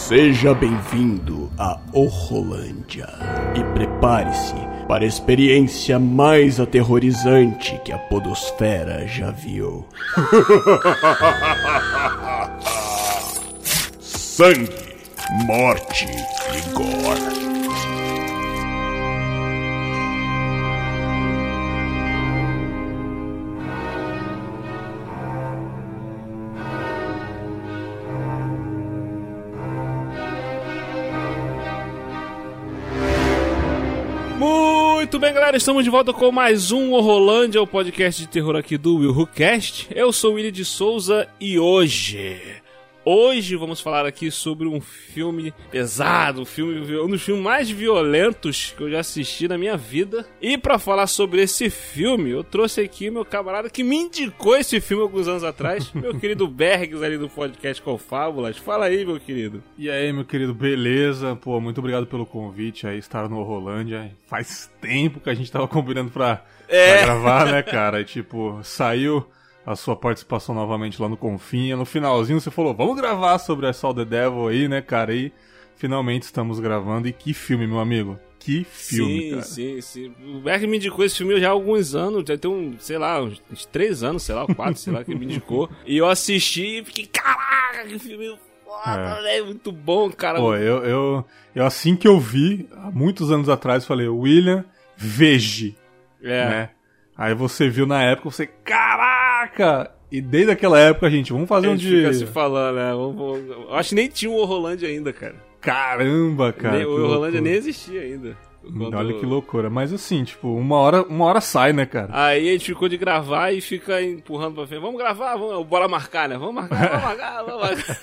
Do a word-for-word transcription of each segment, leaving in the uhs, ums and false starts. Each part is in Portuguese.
Seja bem-vindo a Horrolândia e prepare-se para a experiência mais aterrorizante que a podosfera já viu. Sangue, morte e gore. Muito bem, galera, estamos de volta com mais um Horrolândia, o podcast de terror aqui do Will Who Cast. Eu sou o Willy de Souza e hoje... Hoje vamos falar aqui sobre um filme pesado, um, filme, um dos filmes mais violentos que eu já assisti na minha vida. E pra falar sobre esse filme, eu trouxe aqui meu camarada que me indicou esse filme alguns anos atrás, meu querido Bergs ali do podcast Confábulas. Fala aí, meu querido. E aí, meu querido, beleza? Pô, muito obrigado pelo convite aí, estar no Horrolândia. Faz tempo que a gente tava combinando pra, é. pra gravar, né, cara? E, tipo, saiu... a sua participação novamente lá no Confinha. No finalzinho você falou, vamos gravar sobre a Saw the Devil aí, né, cara? E finalmente estamos gravando. E que filme, meu amigo. Que filme, sim, cara. Sim, sim, sim. O Berg me indicou esse filme já há alguns anos. Já tem um, sei lá, uns três anos, sei lá, quatro, sei lá, que ele me indicou. E eu assisti e fiquei, caraca, que filme foda, é. é muito bom, cara. Pô, eu, eu, eu assim que eu vi, há muitos anos atrás, falei, William, veja. É. Né? Aí você viu na época, você, caraca! E desde aquela época, gente, vamos fazer um dia... fica se falando, né? Vamos, vamos... Eu acho que nem tinha o Horrolândia ainda, cara. Caramba, cara. Nem, o Horrolândia nem existia ainda. Quando... Olha que loucura. Mas assim, tipo, uma hora, uma hora sai, né, cara? Aí a gente ficou de gravar e fica empurrando pra frente. Vamos gravar, vamos... bora marcar, né? Vamos marcar, vamos marcar, vamos marcar.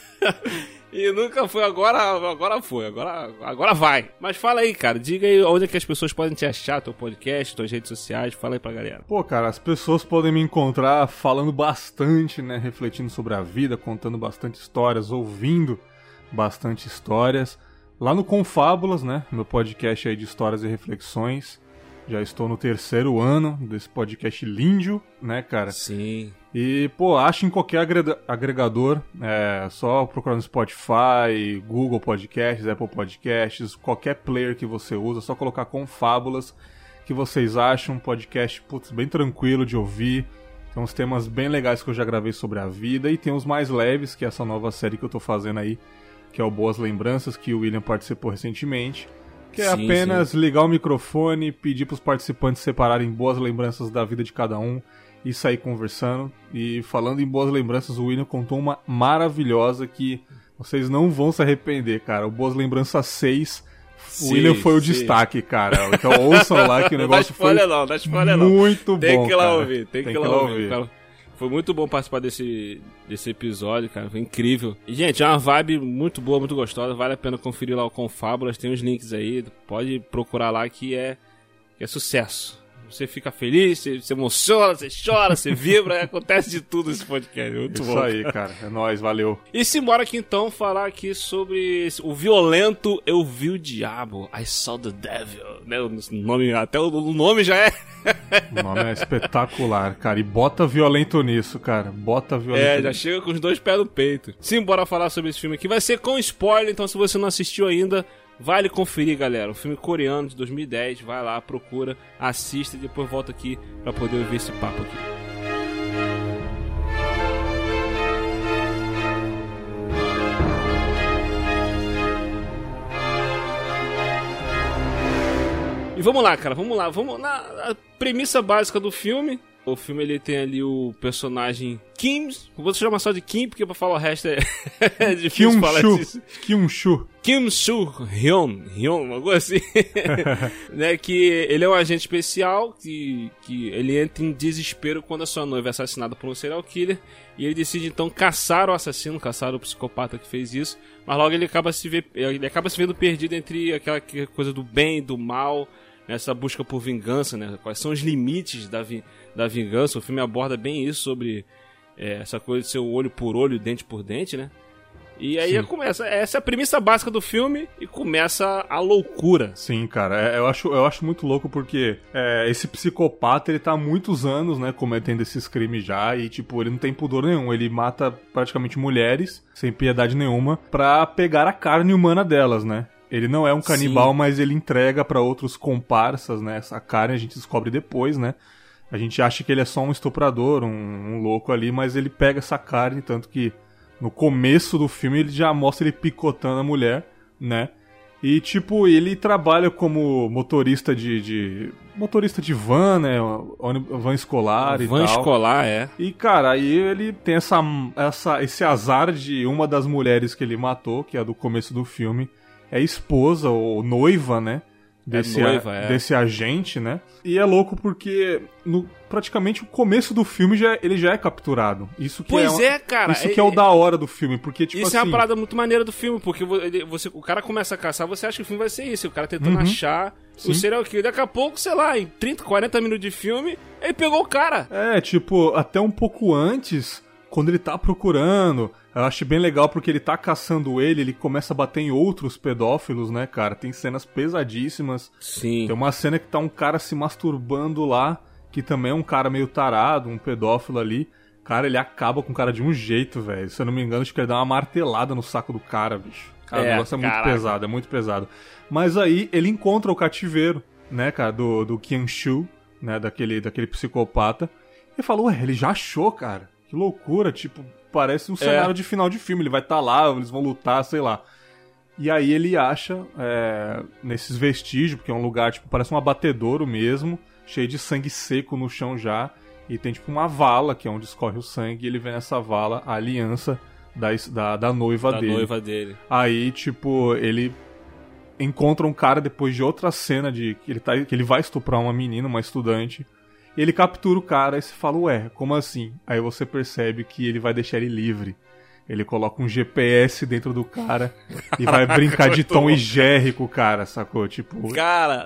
E nunca foi, agora, agora foi, agora, agora vai. Mas fala aí, cara, diga aí onde é que as pessoas podem te achar, teu podcast, tuas redes sociais, fala aí pra galera. Pô, cara, as pessoas podem me encontrar falando bastante, né, refletindo sobre a vida, contando bastante histórias, ouvindo bastante histórias. Lá no Confábulas, né, meu podcast aí de histórias e reflexões. Já estou no terceiro ano desse podcast lindo, né, cara? Sim. E, pô, acha em qualquer agregador, é só procurar no Spotify, Google Podcasts, Apple Podcasts, qualquer player que você usa, só colocar Confábulas, que vocês acham um podcast, putz, bem tranquilo de ouvir. Tem uns temas bem legais que eu já gravei sobre a vida, e tem os mais leves, que é essa nova série que eu tô fazendo aí, que é o Boas Lembranças, que o William participou recentemente. Que é sim, apenas sim. ligar o microfone, pedir pros participantes separarem boas lembranças da vida de cada um e sair conversando. E falando em boas lembranças, o William contou uma maravilhosa que vocês não vão se arrepender, cara. O Boas Lembranças seis, sim, o William foi o sim. destaque, cara. Então ouçam lá que o negócio foi não, não, não, não. muito tem bom, que ir lá cara. ouvir, tem, tem que ir lá ouvir. Cara. Foi muito bom participar desse, desse episódio, cara. Foi incrível. E, gente, é uma vibe muito boa, muito gostosa. Vale a pena conferir lá o Confábulas. Tem os links aí. Pode procurar lá que é, que é sucesso. Você fica feliz, você se emociona, você chora, você vibra. Acontece de tudo nesse podcast. Muito Isso bom. Isso aí, cara. É nóis, valeu. E simbora aqui, então, falar aqui sobre o violento Eu Vi o Diabo. I Saw the Devil. Né? O nome, até o nome já é... O nome é espetacular, cara. E bota violento nisso, cara. Bota violento É, nisso. já chega com os dois pés no peito. Simbora falar sobre esse filme aqui. Vai ser com spoiler, então se você não assistiu ainda, vale conferir, galera. Um filme coreano de dois mil e dez. Vai lá, procura, assista e depois volta aqui pra poder ouvir esse papo aqui. E vamos lá, cara, vamos lá, vamos na a premissa básica do filme. O filme ele tem ali o personagem Kim, vou chamar só de Kim porque pra falar o resto é, é difícil falar disso. Kim Soo. Kim Soo Hyun, Hyun, algo assim. Né, que ele é um agente especial que, que ele entra em desespero quando a sua noiva é assassinada por um serial killer e ele decide então caçar o assassino, caçar o psicopata que fez isso, mas logo ele acaba se, ver, ele acaba se vendo perdido entre aquela coisa do bem e do mal, nessa busca por vingança, né? Quais são os limites da, vi, da vingança. O filme aborda bem isso, sobre é, essa coisa de ser olho por olho, dente por dente, né? E aí Sim. começa, essa é a premissa básica do filme e começa a loucura. Sim, cara, é, eu, acho, eu acho muito louco porque é, esse psicopata, ele tá há muitos anos, né, cometendo esses crimes já e, tipo, ele não tem pudor nenhum, ele mata praticamente mulheres, sem piedade nenhuma, pra pegar a carne humana delas, né. Ele não é um canibal, Sim. mas ele entrega pra outros comparsas, né, essa carne a gente descobre depois, né. A gente acha que ele é só um estuprador, um, um louco ali, mas ele pega essa carne, tanto que no começo do filme ele já mostra ele picotando a mulher, né? E, tipo, ele trabalha como motorista de... de motorista de van, né? Van escolar e tal. Van escolar, é. E, cara, aí ele tem essa, essa, esse azar de uma das mulheres que ele matou, que é a do começo do filme, é esposa ou noiva, né? Desse, é noiva, é. desse agente, né? E é louco porque no, praticamente o começo do filme já, ele já é capturado. Isso que pois é, uma, é, cara. Isso é, que é o da hora do filme, porque tipo isso assim... é uma parada muito maneira do filme, porque você, o cara começa a caçar, você acha que o filme vai ser isso, o cara tentando uhum. achar Sim. o serial killer. Daqui a pouco, sei lá, em trinta, quarenta minutos de filme, ele pegou o cara. É, tipo, até um pouco antes, quando ele tá procurando... Eu acho bem legal porque ele tá caçando ele, ele começa a bater em outros pedófilos, né, cara? Tem cenas pesadíssimas. Sim. Tem uma cena que tá um cara se masturbando lá, que também é um cara meio tarado, um pedófilo ali. Cara, ele acaba com o cara de um jeito, velho. Se eu não me engano, acho que ele dá uma martelada no saco do cara, bicho. Cara, é, o negócio é muito caraca. pesado, é muito pesado. Mas aí ele encontra o cativeiro, né, cara, do, do Qian-Shu, né, daquele, daquele psicopata. E falou, ué, ele já achou, cara. Que loucura, tipo... Parece um cenário é. de final de filme. Ele vai estar tá lá, eles vão lutar, sei lá. E aí ele acha, é, nesses vestígios, porque é um lugar, tipo, parece um abatedouro mesmo, cheio de sangue seco no chão já. E tem, tipo, uma vala, que é onde escorre o sangue, e ele vê nessa vala a aliança da, da, da noiva da dele. Da noiva dele. Aí, tipo, ele encontra um cara depois de outra cena de que ele, tá, que ele vai estuprar uma menina, uma estudante. Ele captura o cara e você fala, ué, como assim? Aí você percebe que ele vai deixar ele livre. Ele coloca um G P S dentro do cara e vai brincar de Tom e Jerry com o cara, sacou? Tipo... Cara,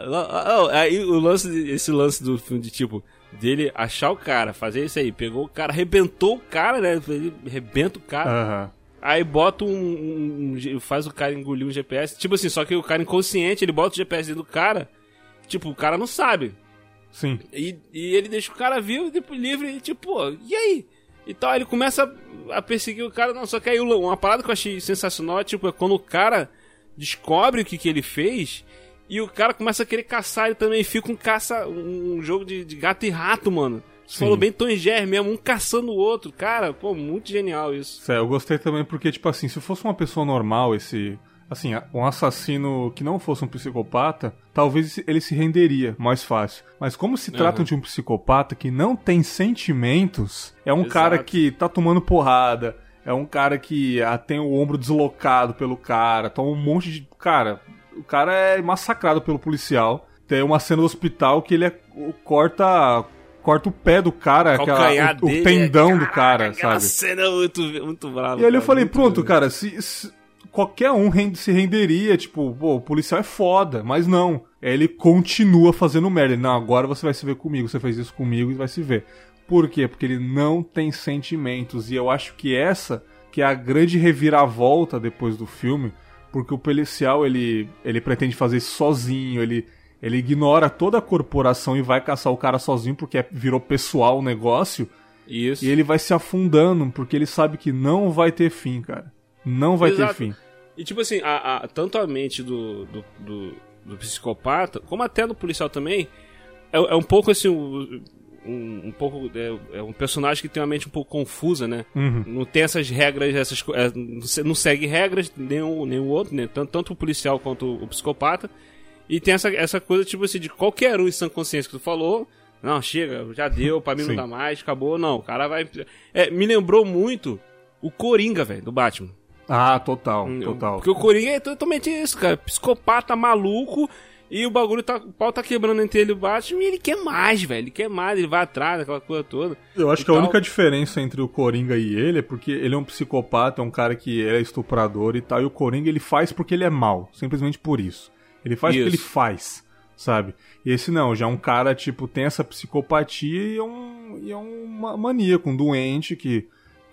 aí o lance, esse lance do filme de tipo, dele achar o cara, fazer isso aí, pegou o cara, arrebentou o cara, né? Ele arrebenta o cara. Aham. Aí bota um, um, um... faz o cara engolir um G P S. Tipo assim, só que o cara inconsciente, ele bota o G P S dentro do cara. Tipo, o cara não sabe. Sim. E, e ele deixa o cara vivo, depois livre, e tipo, pô, e aí? E tal, ele começa a, a perseguir o cara, não, só que aí uma parada que eu achei sensacional é, tipo, é quando o cara descobre o que, que ele fez, e o cara começa a querer caçar ele também, fica um caça, um jogo de, de gato e rato, mano. Você falou bem Tom e Jerry mesmo, um caçando o outro, cara, pô, muito genial isso. É, eu gostei também porque, tipo assim, se fosse uma pessoa normal, esse... Assim, um assassino que não fosse um psicopata, talvez ele se renderia mais fácil. Mas como se trata uhum. de um psicopata que não tem sentimentos, é um Exato. cara que tá tomando porrada, é um cara que ah, tem o ombro deslocado pelo cara, toma um monte de... Cara, o cara é massacrado pelo policial. Tem uma cena do hospital que ele é, corta... corta o pé do cara, aquela, o, o tendão é, do cara, aquela sabe? Cena é muito, muito brava. E aí eu falei, muito pronto, doido. cara, se... se qualquer um se renderia, tipo, pô, o policial é foda, mas não. Ele continua fazendo merda. Ele, não, agora você vai se ver comigo, você fez isso comigo e vai se ver. Por quê? Porque ele não tem sentimentos. E eu acho que essa que é a grande reviravolta depois do filme, porque o policial, ele, ele pretende fazer isso sozinho, ele, ele ignora toda a corporação e vai caçar o cara sozinho porque é, virou pessoal o negócio. Isso. E ele vai se afundando, porque ele sabe que não vai ter fim, cara. Não vai Exato. ter fim. E tipo assim, a, a, tanto a mente do, do, do, do psicopata, como até do policial também, é, é um pouco assim, um, um, um pouco, é, é um personagem que tem uma mente um pouco confusa, né? Uhum. Não tem essas regras, essas, é, não segue regras, nem o, nem o outro, né? Tanto, tanto o policial quanto o, o psicopata. E tem essa, essa coisa, tipo assim, de qualquer um em sã consciência que tu falou, não, chega, já deu, pra mim não dá mais, acabou, não, o cara vai... É, me lembrou muito o Coringa, velho, do Batman. Ah, total, total. Porque o Coringa é totalmente isso, cara. Psicopata, maluco, e o bagulho tá... O pau tá quebrando entre ele e o Batman, e ele quer mais, velho. Ele quer mais, ele vai atrás daquela coisa toda. Eu acho que tal. A única diferença entre o Coringa e ele é porque ele é um psicopata, é um cara que é estuprador e tal, e o Coringa ele faz porque ele é mau, simplesmente por isso. Ele faz isso. porque ele faz, sabe? E esse não, já é um cara, tipo, tem essa psicopatia e é um, e é um maníaco, um doente que...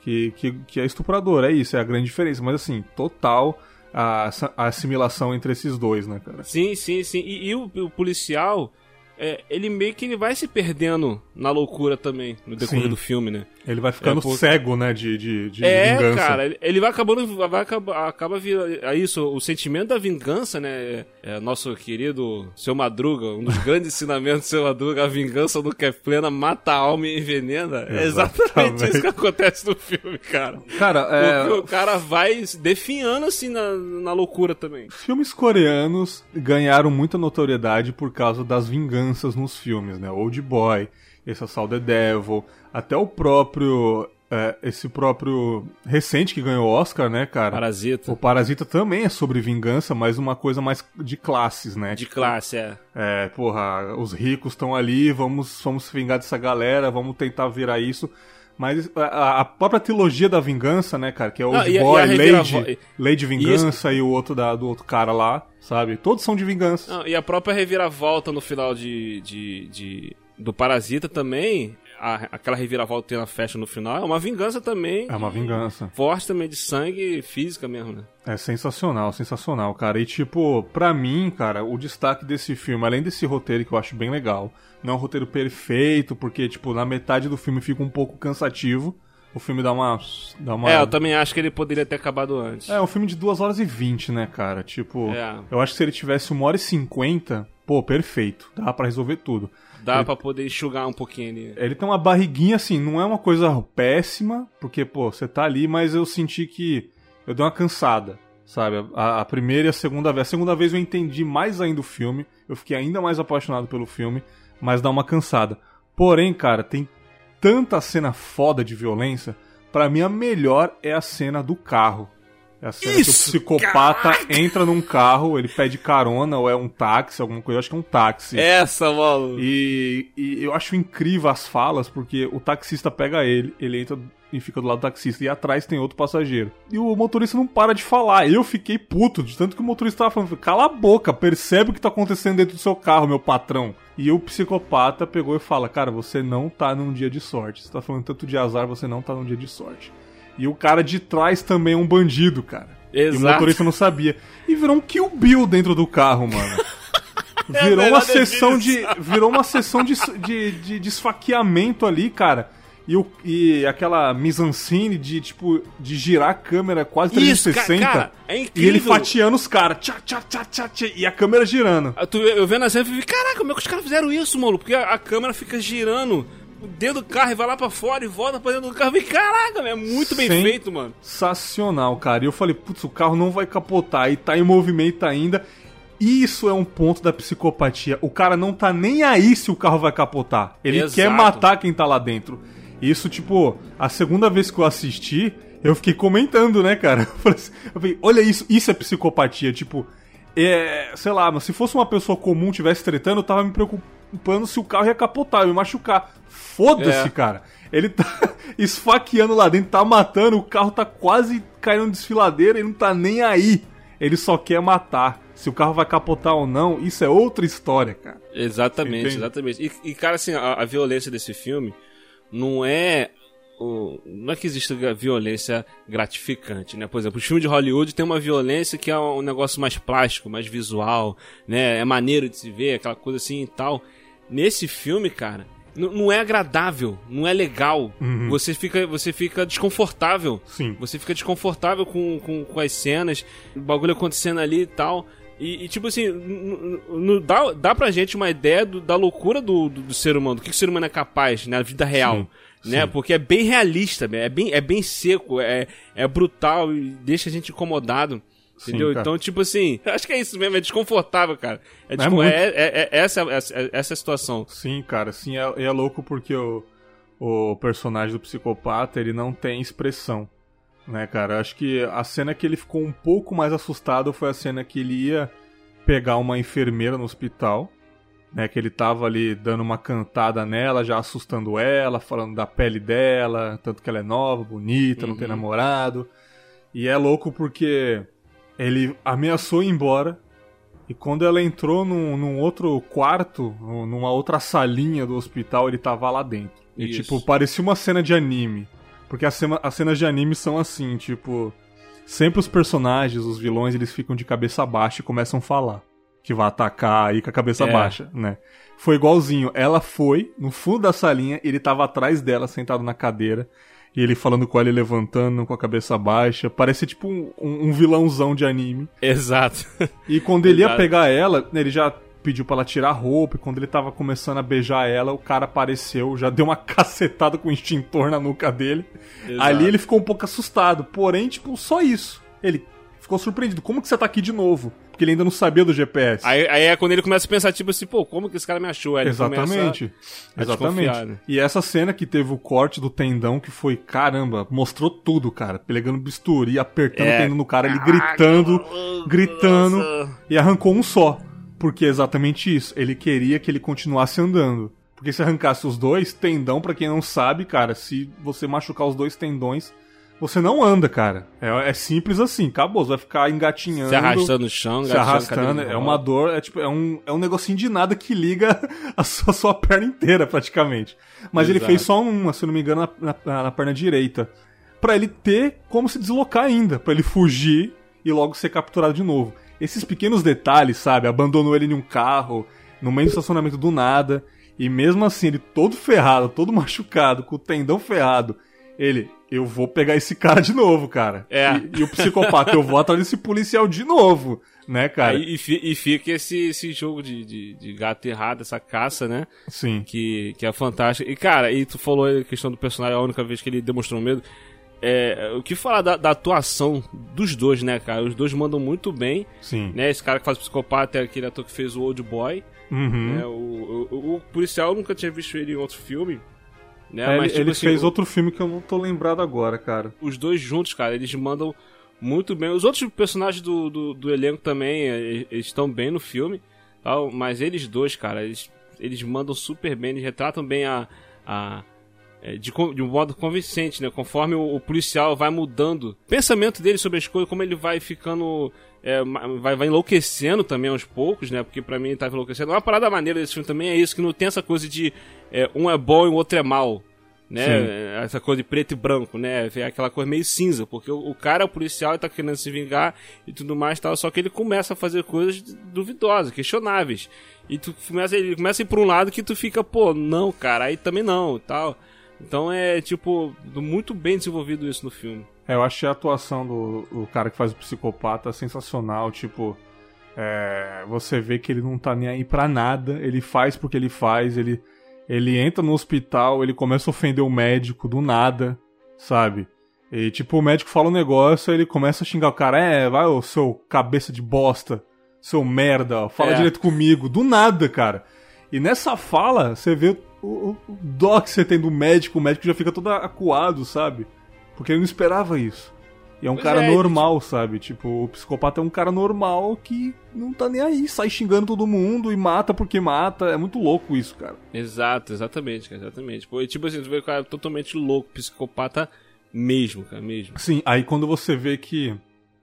que, que, que é estuprador, é isso, é a grande diferença. Mas assim, total a, a assimilação entre esses dois, né, cara? Sim, sim, sim. E, e o, o policial, é, ele meio que ele vai se perdendo na loucura também, no decorrer Sim. do filme, né? Ele vai ficando É, por- cego, né, de, de, de É, vingança. cara, ele- ele vai acabando, vai acabar, acaba virando, é isso, o sentimento da vingança, né, é nosso querido Seu Madruga, um dos grandes ensinamentos do Seu Madruga, a vingança do que é plena mata a alma e envenena, é exatamente Exatamente. isso que acontece no filme, cara. Cara, é... Porque o cara vai se definhando assim na, na loucura também. Filmes coreanos ganharam muita notoriedade por causa das vinganças nos filmes, né? Old Boy, esse Assault the Devil, até o próprio... É, esse próprio... recente que ganhou o Oscar, né, cara? Parasita. O Parasita também é sobre vingança, mas uma coisa mais de classes, né? De classe, é. É, porra, os ricos estão ali, vamos, vamos se vingar dessa galera, vamos tentar virar isso... Mas a, a própria trilogia da vingança, né, cara? Que é Old Não, e a- Boy, e a reviravo- Lady, Lady Vingança e o outro da, do outro cara lá, sabe? Todos são de vingança. Não, e a própria reviravolta no final de, de, de- do Parasita também, a- aquela reviravolta que tem na festa no final, é uma vingança também. É uma vingança. Forte também de sangue física mesmo, né? É sensacional, sensacional, cara. E tipo, pra mim, cara, o destaque desse filme, além desse roteiro que eu acho bem legal, não é um roteiro perfeito, porque, tipo, na metade do filme fica um pouco cansativo. O filme dá uma... Dá uma... É, eu também acho que ele poderia ter acabado antes. É, um filme de duas horas e vinte, né, cara? Tipo, É. eu acho que se ele tivesse uma hora e cinquenta, pô, perfeito. Dá pra resolver tudo. Dá ele... pra poder enxugar um pouquinho ali. Ele tem uma barriguinha, assim, não é uma coisa péssima, porque, pô, você tá ali, mas eu senti que eu dei uma cansada, sabe? A, a primeira e a segunda vez. A segunda vez eu entendi mais ainda o filme, eu fiquei ainda mais apaixonado pelo filme, mas dá uma cansada. Porém, cara, tem tanta cena foda de violência, pra mim a melhor é a cena do carro. É a cena Isso, que o psicopata caraca! entra num carro, ele pede carona, ou é um táxi, alguma coisa, eu acho que é um táxi. Essa, mano. E, e eu acho incrível as falas, porque o taxista pega ele, ele entra e fica do lado do taxista, e atrás tem outro passageiro. E o motorista não para de falar. Eu fiquei puto, de tanto que o motorista tava falando, cala a boca, percebe o que tá acontecendo dentro do seu carro, meu patrão. E o psicopata pegou e fala, cara, você não tá num dia de sorte. Você tá falando tanto de azar, você não tá num dia de sorte. E o cara de trás também é um bandido, cara. Exato. E o motorista não sabia. E virou um Kill Bill dentro do carro, mano. É Virou a uma melhor sessão de. definição. Virou uma sessão de, de, de, de esfaqueamento ali, cara. E, o, e aquela mise-en-scène de, tipo, de girar a câmera quase Isso, trezentos e sessenta. cara, é e incrível. ele fatiando os caras. Tchá, tchá, tchá, tchá, tchá, e a câmera girando. Eu, tu- eu vendo a cena e falei, caraca, como é que os caras fizeram isso, mano? Porque a, a câmera fica girando dentro do carro e vai lá pra fora e volta pra dentro do carro. Eu falei, caraca, é muito bem Sim. feito, mano. Sensacional, cara. E eu falei, putz, o carro não vai capotar. E tá em movimento ainda. Isso é um ponto da psicopatia. O cara não tá nem aí se o carro vai capotar. Ele Exato. quer matar quem tá lá dentro. Isso, tipo, a segunda vez que eu assisti, eu fiquei comentando, né, cara? Eu falei, assim, eu falei, olha isso, isso é psicopatia. Tipo, é, sei lá, mas se fosse uma pessoa comum tivesse tretando, eu tava me preocupando se o carro ia capotar, eu ia machucar. Foda-se, É. cara. Ele tá esfaqueando lá dentro, tá matando, o carro tá quase caindo no desfiladeiro, ele não tá nem aí. Ele só quer matar. Se o carro vai capotar ou não, isso é outra história, cara. Exatamente, Entende? exatamente. E, e, cara, assim, a, a violência desse filme não é. O, não é que existe violência gratificante, né? Por exemplo, os filmes de Hollywood tem uma violência que é um negócio mais plástico, mais visual, né? É maneiro de se ver, aquela coisa assim e tal. Nesse filme, cara, n- não é agradável, não é legal. Uhum. Você fica, você fica desconfortável. Sim. Você fica desconfortável com, com, com as cenas, o bagulho acontecendo ali e tal. E, e, tipo assim, n- n- dá, dá pra gente uma ideia do- da loucura do, do, do ser humano, do que o ser humano é capaz na vida real. Sim, Né? sim. Porque é bem realista, é bem, é bem seco, é, é brutal e deixa a gente incomodado. Sim, Entendeu? cara. Então, tipo assim, acho que é isso mesmo, é desconfortável, cara. É, É descon- muito. é- é- é- essa, essa, essa é a situação. Sim, cara, sim, é, é louco porque o, o personagem do psicopata, ele não tem expressão, né, cara? Acho que a cena que ele ficou um pouco mais assustado foi a cena que ele ia pegar uma enfermeira no hospital, né, que ele tava ali dando uma cantada nela, já assustando ela, falando da pele dela, tanto que ela é nova, bonita, não tem Uhum. namorado. E é louco porque ele ameaçou ir embora, e quando ela entrou num, num outro quarto, num- numa outra salinha do hospital, ele tava lá dentro. E Isso. tipo, parecia uma cena de anime. Porque as, cena, as cenas de anime são assim, tipo... Sempre os personagens, os vilões, eles ficam de cabeça baixa e começam a falar. Que vai atacar aí com a cabeça é. baixa, né? Foi igualzinho. Ela foi no fundo da salinha, ele tava atrás dela, sentado na cadeira. E ele falando com ela e levantando, com a cabeça baixa. Parece tipo um, um, um vilãozão de anime. Exato. E quando ele Exato. ia pegar ela, ele já pediu pra ela tirar a roupa. E quando ele tava começando a beijar ela, o cara apareceu, já deu uma cacetada com o extintor na nuca dele. Exato. Ali ele ficou um pouco assustado. Porém, tipo, só isso. Ele ficou surpreendido. Como que você tá aqui de novo? Porque ele ainda não sabia do G P S. Aí, aí é quando ele começa a pensar, tipo assim, pô, como que esse cara me achou? Aí ele Exatamente. A Exatamente. desconfiar, né? E essa cena que teve o corte do tendão, que foi, caramba, mostrou tudo, cara. Pegando bisturi, apertando É. o tendão no cara, ele gritando, gritando, Nossa. e arrancou um só. Porque é exatamente isso. Ele queria que ele continuasse andando. Porque se arrancasse os dois, tendão, pra quem não sabe, cara, se você machucar os dois tendões, você não anda, cara. É, é simples assim, acabou. Você vai ficar engatinhando. Se arrastando no chão, Se arrastando. É uma dor, é tipo, é um, é um negocinho de nada que liga a sua, a sua perna inteira, praticamente. Mas Exato. ele fez só uma, se eu não me engano, na, na, na perna direita. Pra ele ter como se deslocar ainda. Pra ele fugir e logo ser capturado de novo. Esses pequenos detalhes, sabe? Abandonou ele em um carro, no meio do estacionamento do nada. E mesmo assim, ele todo ferrado, todo machucado, com o tendão ferrado. Ele, eu vou pegar esse cara de novo, cara. É. E, e o psicopata, eu vou atrás desse policial de novo, né, cara? Aí, e, fi- e fica esse, esse jogo de, de, de gato errado, essa caça, né? Sim. Que, que é fantástica. E, cara, e tu falou a questão do personagem, a única vez que ele demonstrou medo. É, o que falar da, da atuação dos dois, né, cara? Os dois mandam muito bem. Sim. Né? Esse cara que faz o psicopata é aquele ator que fez o Old Boy. Uhum. Né? O, o, o policial, eu nunca tinha visto ele em outro filme. Né? É, Mas, ele tipo ele assim, fez o- outro filme que eu não tô lembrado agora, cara. os dois juntos, cara, eles mandam muito bem. Os outros personagens do, do, do elenco também, eh, eles estão bem no filme, tal, mas eles dois, cara, eles, eles mandam super bem, eles retratam bem a... a eh, de, con- de um modo convincente, né? Conforme o, o policial vai mudando o pensamento dele sobre as coisas, como ele vai ficando... eh, ma- vai, vai enlouquecendo também aos poucos, né? Porque pra mim ele tava enlouquecendo. Uma parada maneira desse filme também é isso, que não tem essa coisa de eh, um é bom e o outro é mal. Né? Sim. Essa coisa de preto e branco, né? É aquela coisa meio cinza, porque o, o cara é o policial e tá querendo se vingar e tudo mais, tal, só que ele começa a fazer coisas duvidosas, questionáveis. E tu começa, ele começa a ir pra um lado que tu fica, pô, não, cara, aí também não, tal. Então é, tipo, muito bem desenvolvido isso no filme. É, eu achei a atuação do, do cara que faz o psicopata sensacional, tipo... é, você vê que ele não tá nem aí pra nada, ele faz porque ele faz, ele... Ele entra no hospital, ele começa a ofender o médico do nada, sabe? E tipo, o médico fala um negócio, aí ele começa a xingar o cara. É, vai, ô seu cabeça de bosta, seu merda, fala É. direito comigo. Do nada, cara. E nessa fala, você vê o, o, o dó que você tem do médico, o médico já fica todo acuado, sabe? Porque ele não esperava isso. E é um Pois cara é, normal, sabe? Tipo, o psicopata é um cara normal que não tá nem aí, sai xingando todo mundo e mata porque mata. É muito louco isso, cara. Exato, exatamente, cara, exatamente. Pô, e tipo assim, tu vê o cara totalmente louco, psicopata mesmo, cara, mesmo. Sim, aí quando você vê que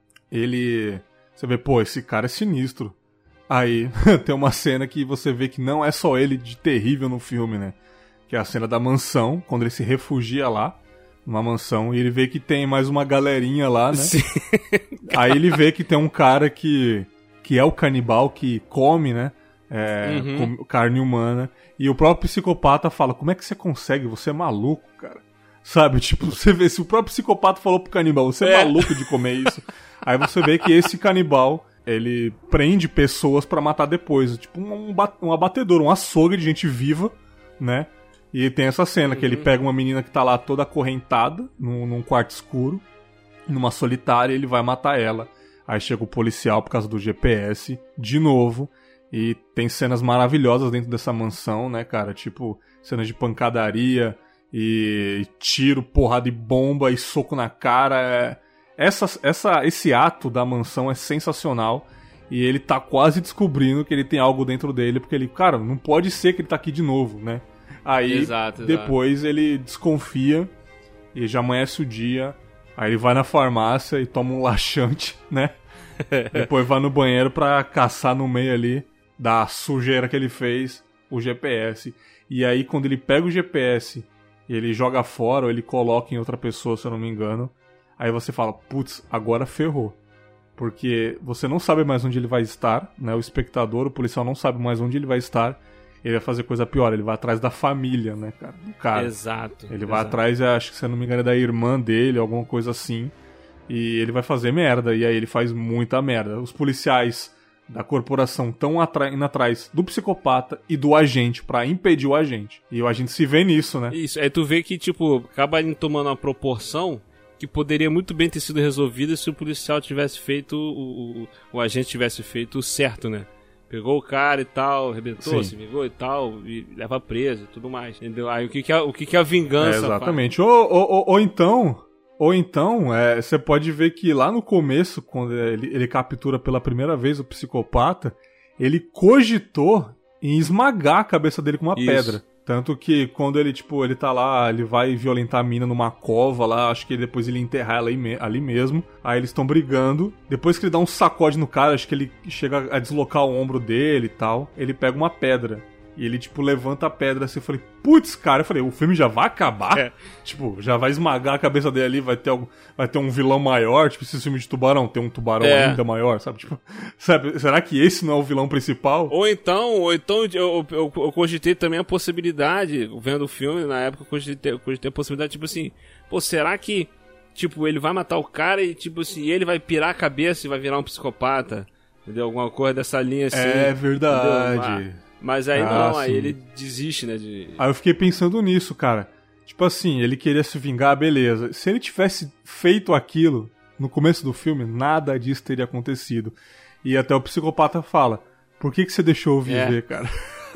ele... Você vê, pô, esse cara é sinistro. Aí tem uma cena que você vê que não é só ele de terrível no filme, né? Que é a cena da mansão, quando ele se refugia lá, numa mansão, e ele vê que tem mais uma galerinha lá, né? Sim. Aí ele vê que tem um cara que, que é o canibal, que come, né? É, Uhum. come carne humana. E o próprio psicopata fala, como é que você consegue? Você é maluco, cara. Sabe, tipo, você vê, se o próprio psicopata falou pro canibal, você é, É. maluco de comer isso. Aí você vê que esse canibal, ele prende pessoas pra matar depois. Tipo um, um, ba- um abatedor, um açougue de gente viva, né? E tem essa cena que ele pega uma menina que tá lá toda acorrentada, num, num quarto escuro, numa solitária, e ele vai matar ela. Aí chega o policial por causa do G P S, de novo, e tem cenas maravilhosas dentro dessa mansão, né, cara? Tipo, cenas de pancadaria, e tiro, porrada e bomba, e soco na cara. É... Essa, essa, esse ato da mansão é sensacional, e ele tá quase descobrindo que ele tem algo dentro dele, porque ele, cara, não pode ser que ele tá aqui de novo, né? Aí, Exato, exato. depois ele desconfia e já amanhece o dia. Aí ele vai na farmácia e toma um laxante, né? Depois vai no banheiro pra caçar no meio ali da sujeira que ele fez o G P S. E aí, quando ele pega o G P S e ele joga fora ou ele coloca em outra pessoa, se eu não me engano. Aí você fala, putz, agora ferrou. Porque você não sabe mais onde ele vai estar, né? O espectador, o policial não sabe mais onde ele vai estar. Ele vai fazer coisa pior, ele vai atrás da família, né, cara? Do cara. Exato. Ele exato. vai atrás, acho que se eu não me engano, é da irmã dele, alguma coisa assim. E ele vai fazer merda, e aí ele faz muita merda. Os policiais da corporação estão indo atrás do psicopata e do agente pra impedir o agente. E o agente se vê nisso, né? Isso, aí tu vê que, tipo, acaba ele tomando uma proporção que poderia muito bem ter sido resolvida se o policial tivesse feito, o, o, o agente tivesse feito o certo, né? Pegou o cara e tal, arrebentou, se vingou e tal, e leva preso e tudo mais, entendeu? Aí o que que é, o que que é a vingança? É, exatamente. Ou, ou, ou, ou então, ou então é, você pode ver que lá no começo, quando ele, ele captura pela primeira vez o psicopata, ele cogitou em esmagar a cabeça dele com uma Isso. pedra. Tanto que quando ele, tipo, ele tá lá, ele vai violentar a mina numa cova lá, acho que depois ele enterrar ela ali mesmo. Aí eles estão brigando. Depois que ele dá um sacode no cara, acho que ele chega a deslocar o ombro dele e tal. Ele pega uma pedra. E ele, tipo, levanta a pedra assim. Eu falei, putz, cara. Eu falei, o filme já vai acabar? É. Tipo, já vai esmagar a cabeça dele ali, vai ter, algum, vai ter um vilão maior. Tipo, esse filme de tubarão tem um tubarão é. ainda maior, sabe? Tipo, sabe? Será que esse não é o vilão principal? Ou então, ou então eu, eu, eu cogitei também a possibilidade, vendo o filme, na época eu cogitei, eu cogitei a possibilidade, tipo assim, pô, será que, tipo, ele vai matar o cara e, tipo assim, ele vai pirar a cabeça e vai virar um psicopata? Entendeu? Alguma coisa dessa linha assim. É verdade. Mas aí ah, não, sim. aí ele desiste, né? De... Aí eu fiquei pensando nisso, cara. Tipo assim, ele queria se vingar, beleza. Se ele tivesse feito aquilo no começo do filme, nada disso teria acontecido. E até o psicopata fala, por que que você deixou eu viver, é. cara?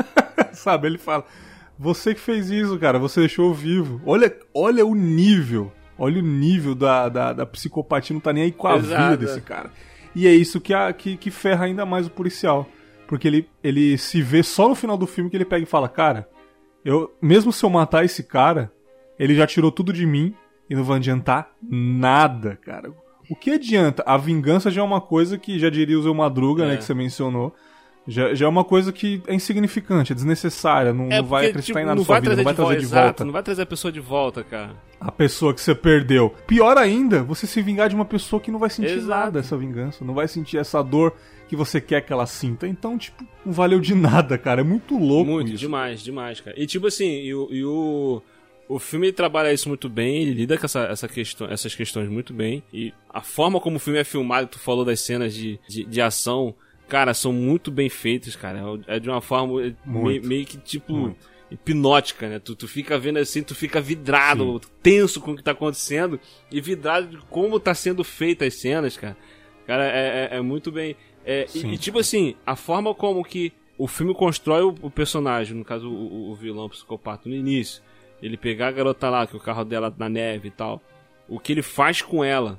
Sabe, ele fala, você que fez isso, cara, você deixou eu vivo. Olha, olha o nível, olha o nível da, da, da psicopatia, não tá nem aí com a Exato. vida desse cara. E é isso que, a, que, que ferra ainda mais o policial. Porque ele, ele se vê só no final do filme que ele pega e fala, cara, eu, mesmo se eu matar esse cara, ele já tirou tudo de mim e não vai adiantar nada, cara. O que adianta? A vingança já é uma coisa que, já diria o Zé Madruga, é. né, que você mencionou, já, já é uma coisa que é insignificante, é desnecessária, não, é não vai acrescentar tipo, em nada na sua vida, não vai de trazer volta, de exato, volta. Não vai trazer a pessoa de volta, cara. A pessoa que você perdeu. Pior ainda, você se vingar de uma pessoa que não vai sentir exato. nada essa vingança, não vai sentir essa dor que você quer que ela sinta. Então, tipo, não valeu de nada, cara. É muito louco muito, isso. demais, demais, cara. E tipo assim, e o, e o, o filme trabalha isso muito bem, ele lida com essa, essa questão, essas questões muito bem. E a forma como o filme é filmado, tu falou das cenas de, de, de ação, cara, são muito bem feitas, cara. É de uma forma meio, meio que, tipo, muito. hipnótica, né? Tu, tu fica vendo assim, tu fica vidrado, Sim. tenso com o que tá acontecendo e vidrado de como tá sendo feita as cenas, cara. Cara, é, é, é muito bem... É, e, e tipo assim, a forma como que o filme constrói o, o personagem, no caso o, o vilão o psicopata, no início, ele pegar a garota lá, que o carro dela na neve e tal, o que ele faz com ela,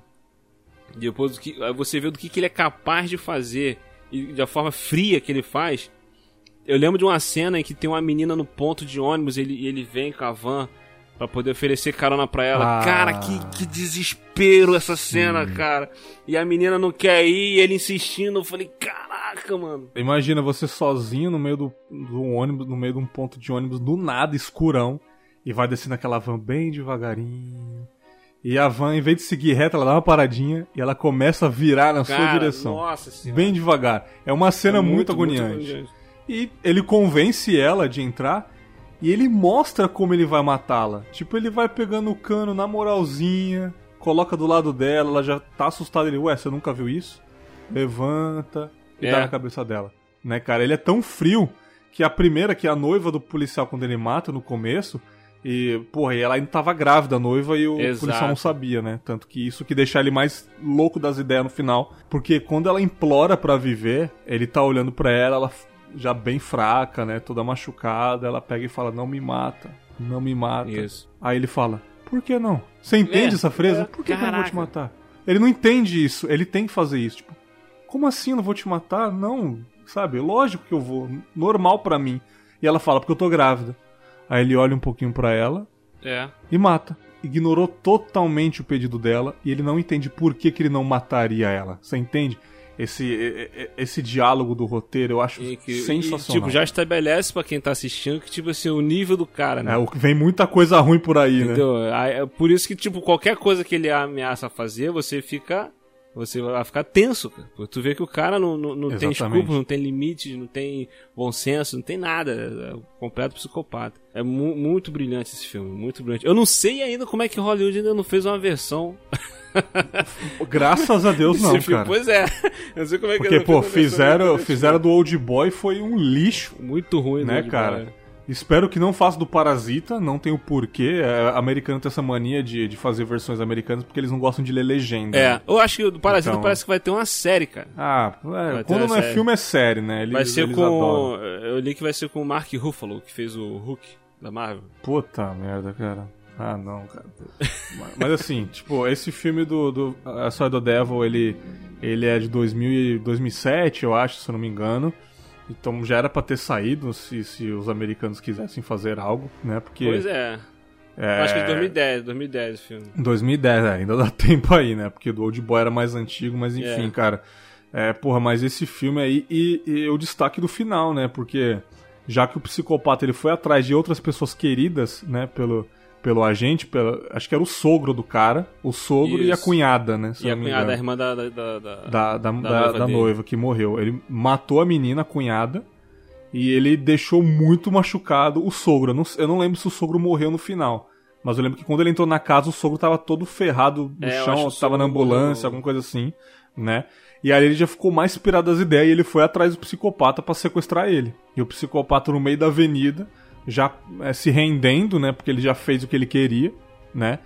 depois do que, você vê do que, que ele é capaz de fazer e da forma fria que ele faz. Eu lembro de uma cena em que tem uma menina no ponto de ônibus, ele, ele vem com a van pra poder oferecer carona pra ela. Ah, cara, que, que desespero essa cena, sim. cara. E a menina não quer ir, e ele insistindo. Eu falei, caraca, mano. Imagina você sozinho no meio do, do ônibus, no meio de um ponto de ônibus, do nada, escurão, e vai descendo aquela van bem devagarinho. E a van, em vez de seguir reta, ela dá uma paradinha e ela começa a virar na cara, sua direção. Nossa senhora. Bem devagar. É uma cena é muito, muito agoniante. Muito agoniante. E ele convence ela de entrar. E ele mostra como ele vai matá-la. Tipo, ele vai pegando o cano na moralzinha, coloca do lado dela, ela já tá assustada. Ele, ué, você nunca viu isso? Levanta e é. dá na cabeça dela. Né, cara? Ele é tão frio que a primeira, que é a noiva do policial quando ele mata no começo, e, porra, e ela ainda tava grávida, a noiva, e o Exato. policial não sabia, né? Tanto que isso que deixa ele mais louco das ideias no final. Porque quando ela implora pra viver, ele tá olhando pra ela, ela... já bem fraca, né, toda machucada, ela pega e fala, não me mata, não me mata. Isso. Aí ele fala, por que não? Você entende é, essa frase? É, por que, que eu não vou te matar? Ele não entende isso, ele tem que fazer isso. Tipo, como assim eu não vou te matar? Não, sabe, lógico que eu vou, normal pra mim. E ela fala, porque eu tô grávida. Aí ele olha um pouquinho pra ela é. e mata. Ignorou totalmente o pedido dela e ele não entende por que, que ele não mataria ela. Você entende? esse, esse diálogo do roteiro, eu acho e que, sensacional. E, tipo, já estabelece pra quem tá assistindo que, tipo assim, o nível do cara, né? É, vem muita coisa ruim por aí, entendeu? né? Aí, por isso que, tipo, qualquer coisa que ele ameaça fazer, você fica... Você vai ficar tenso, cara. Tu vê que o cara não, não, não tem escrúpulos, não tem limites, não tem bom senso, não tem nada. É um completo psicopata. É mu- muito brilhante esse filme, muito brilhante. Eu não sei ainda como é que Hollywood ainda não fez uma versão... Graças a Deus não, filme, cara. Pois é. Eu não sei como é que Porque, pô, fizeram, fizeram do Old Boy, foi um lixo. Muito ruim, né, cara? Boy. Espero que não faça do Parasita, não tem o porquê. É, americano tem essa mania de, de fazer versões americanas porque eles não gostam de ler legenda. É, né? eu acho que o do Parasita então... parece que vai ter uma série, cara. Ah, é, quando não é série. filme é série, né? Eles, vai ser eles com. adoram. Eu li que vai ser com o Mark Ruffalo, que fez o Hulk da Marvel. Puta merda, cara. Ah, não, cara. Mas assim, tipo, esse filme do, do A Soy do Devil, ele, ele é de dois mil, dois mil e sete, eu acho, se eu não me engano. Então já era pra ter saído se, se os americanos quisessem fazer algo, né? Porque, pois é. é... Eu acho que é de dois mil e dez, dois mil e dez o filme. dois mil e dez, é, ainda dá tempo aí, né? Porque do Old Boy era mais antigo, mas enfim, é. cara. É, porra, mas esse filme aí, e, e o destaque do final, né? Porque já que o psicopata ele foi atrás de outras pessoas queridas, né? Pelo... pelo agente, pelo, acho que era o sogro do cara, o sogro Isso. e a cunhada, né? E a cunhada, a irmã da da, da, da, da, da, da, noiva, da noiva que morreu. Ele matou a menina, a cunhada, e ele deixou muito machucado o sogro. Eu não, eu não lembro se o sogro morreu no final, mas eu lembro que quando ele entrou na casa, o sogro tava todo ferrado no é, chão, tava na ambulância, morreu. alguma coisa assim, né? E aí ele já ficou mais pirado das ideias e ele foi atrás do psicopata pra sequestrar ele. E o psicopata no meio da avenida... já é, se rendendo, né, porque ele já fez o que ele queria, né,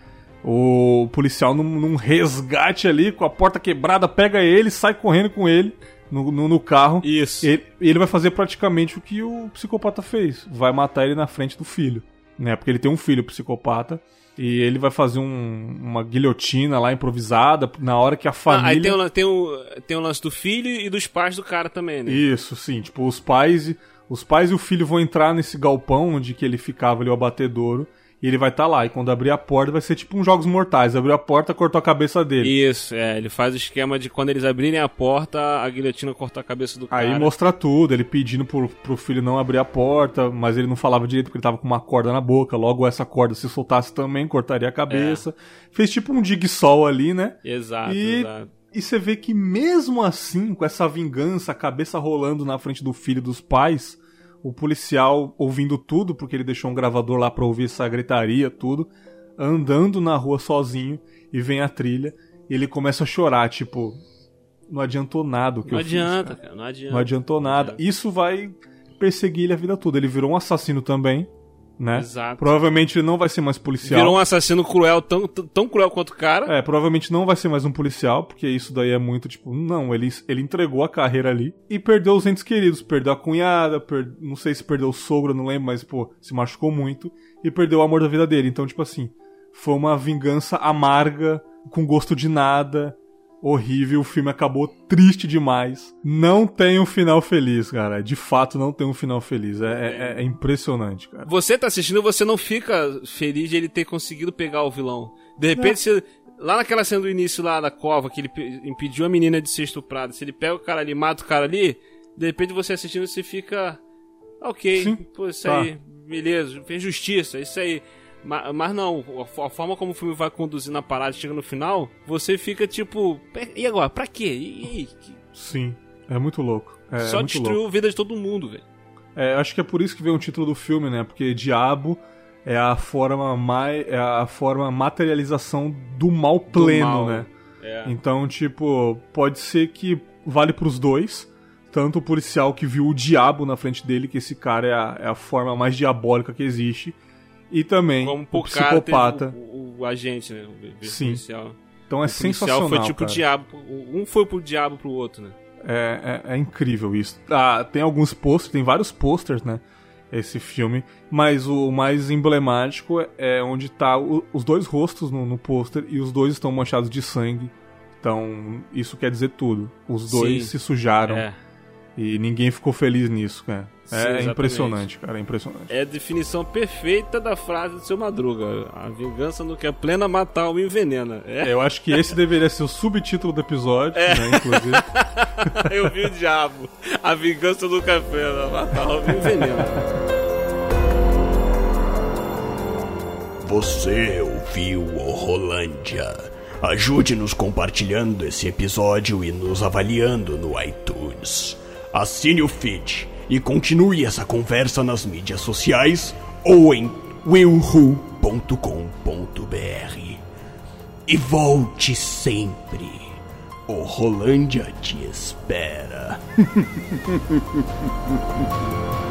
o policial num, num resgate ali, com a porta quebrada, pega ele, sai correndo com ele no, no, no carro. Isso. E ele, ele vai fazer praticamente o que o psicopata fez, vai matar ele na frente do filho, né, porque ele tem um filho psicopata, e ele vai fazer um, uma guilhotina lá improvisada, na hora que a família... Ah, aí tem o, tem, o, tem o lance do filho e dos pais do cara também, né? Isso, sim, tipo, os pais... Os pais e o filho vão entrar nesse galpão onde que ele ficava ali, o abatedouro, e ele vai estar tá lá. E quando abrir a porta, vai ser tipo uns Jogos Mortais. Abriu a porta, cortou a cabeça dele. Isso, é. Ele faz o esquema de quando eles abrirem a porta, a guilhotina cortar a cabeça do cara. Aí mostra tudo, ele pedindo pro, pro filho não abrir a porta, mas ele não falava direito porque ele tava com uma corda na boca. Logo essa corda, se soltasse também, cortaria a cabeça. É. Fez tipo um dig-sol ali, né? Exato, e... exato. E você vê que mesmo assim, com essa vingança, a cabeça rolando na frente do filho e dos pais, o policial ouvindo tudo, porque ele deixou um gravador lá pra ouvir essa gritaria, tudo, andando na rua sozinho, e vem a trilha, e ele começa a chorar, tipo, não adiantou nada o que não eu adianta, fiz. Cara. Cara, não adianta, não adiantou nada. Não adianta. Isso vai perseguir ele a vida toda. Ele virou um assassino também, né? Exato. Provavelmente ele não vai ser mais policial. Virou um assassino cruel, tão, tão cruel quanto o cara. É, provavelmente não vai ser mais um policial, porque isso daí é muito, tipo, não, ele, ele entregou a carreira ali e perdeu os entes queridos, perdeu a cunhada, per, não sei se perdeu o sogro, não lembro, mas, pô, se machucou muito e perdeu o amor da vida dele. Então, tipo assim, foi uma vingança amarga, com gosto de nada, horrível, o filme acabou triste demais. Não tem um final feliz, cara. De fato, não tem um final feliz. É, é, é impressionante, cara. Você tá assistindo, você não fica feliz de ele ter conseguido pegar o vilão. De repente, você, lá naquela cena do início lá da cova, que ele impediu a menina de ser estuprada, se ele pega o cara ali, mata o cara ali, de repente você assistindo, você fica... Ok, Sim, pô, isso tá. aí, beleza, fez justiça, isso aí... Mas, mas não, a forma como o filme vai conduzir na parada, chega no final, você fica tipo, e agora, pra quê? E, e, Sim, é muito louco. É, só é muito destruiu louco. a vida de todo mundo, velho. É, acho que é por isso que vem o título do filme, né? Porque diabo é a forma mais, é a forma materialização do mal pleno, do mal, né? É. Então, tipo, pode ser que vale pros dois. Tanto o policial que viu o diabo na frente dele, que esse cara é a, é a forma mais diabólica que existe. E também como o psicopata. O, o, o agente, né? O Sim. policial. Então é o sensacional. O policial foi tipo cara. o diabo. Um foi pro diabo pro outro, né? É, é, é incrível isso. Ah, tem alguns posters, tem vários posters, né? Esse filme. Mas o mais emblemático é onde tá o, os dois rostos no, no pôster e os dois estão manchados de sangue. Então, isso quer dizer tudo. Os dois Sim. se sujaram. É. E ninguém ficou feliz nisso, cara. É Sim, impressionante, cara, é impressionante. É a definição perfeita da frase do Seu Madruga. A vingança não quer plena, matar alma envenena. É. Eu acho que esse deveria ser o subtítulo do episódio, é. né, inclusive. Eu vi o diabo. A vingança do café, matar alma envenena. Você ouviu o Rolândia. Ajude-nos compartilhando esse episódio e nos avaliando no iTunes. Assine o feed e continue essa conversa nas mídias sociais ou em will who ponto com ponto b r. E volte sempre. O Rolândia te espera.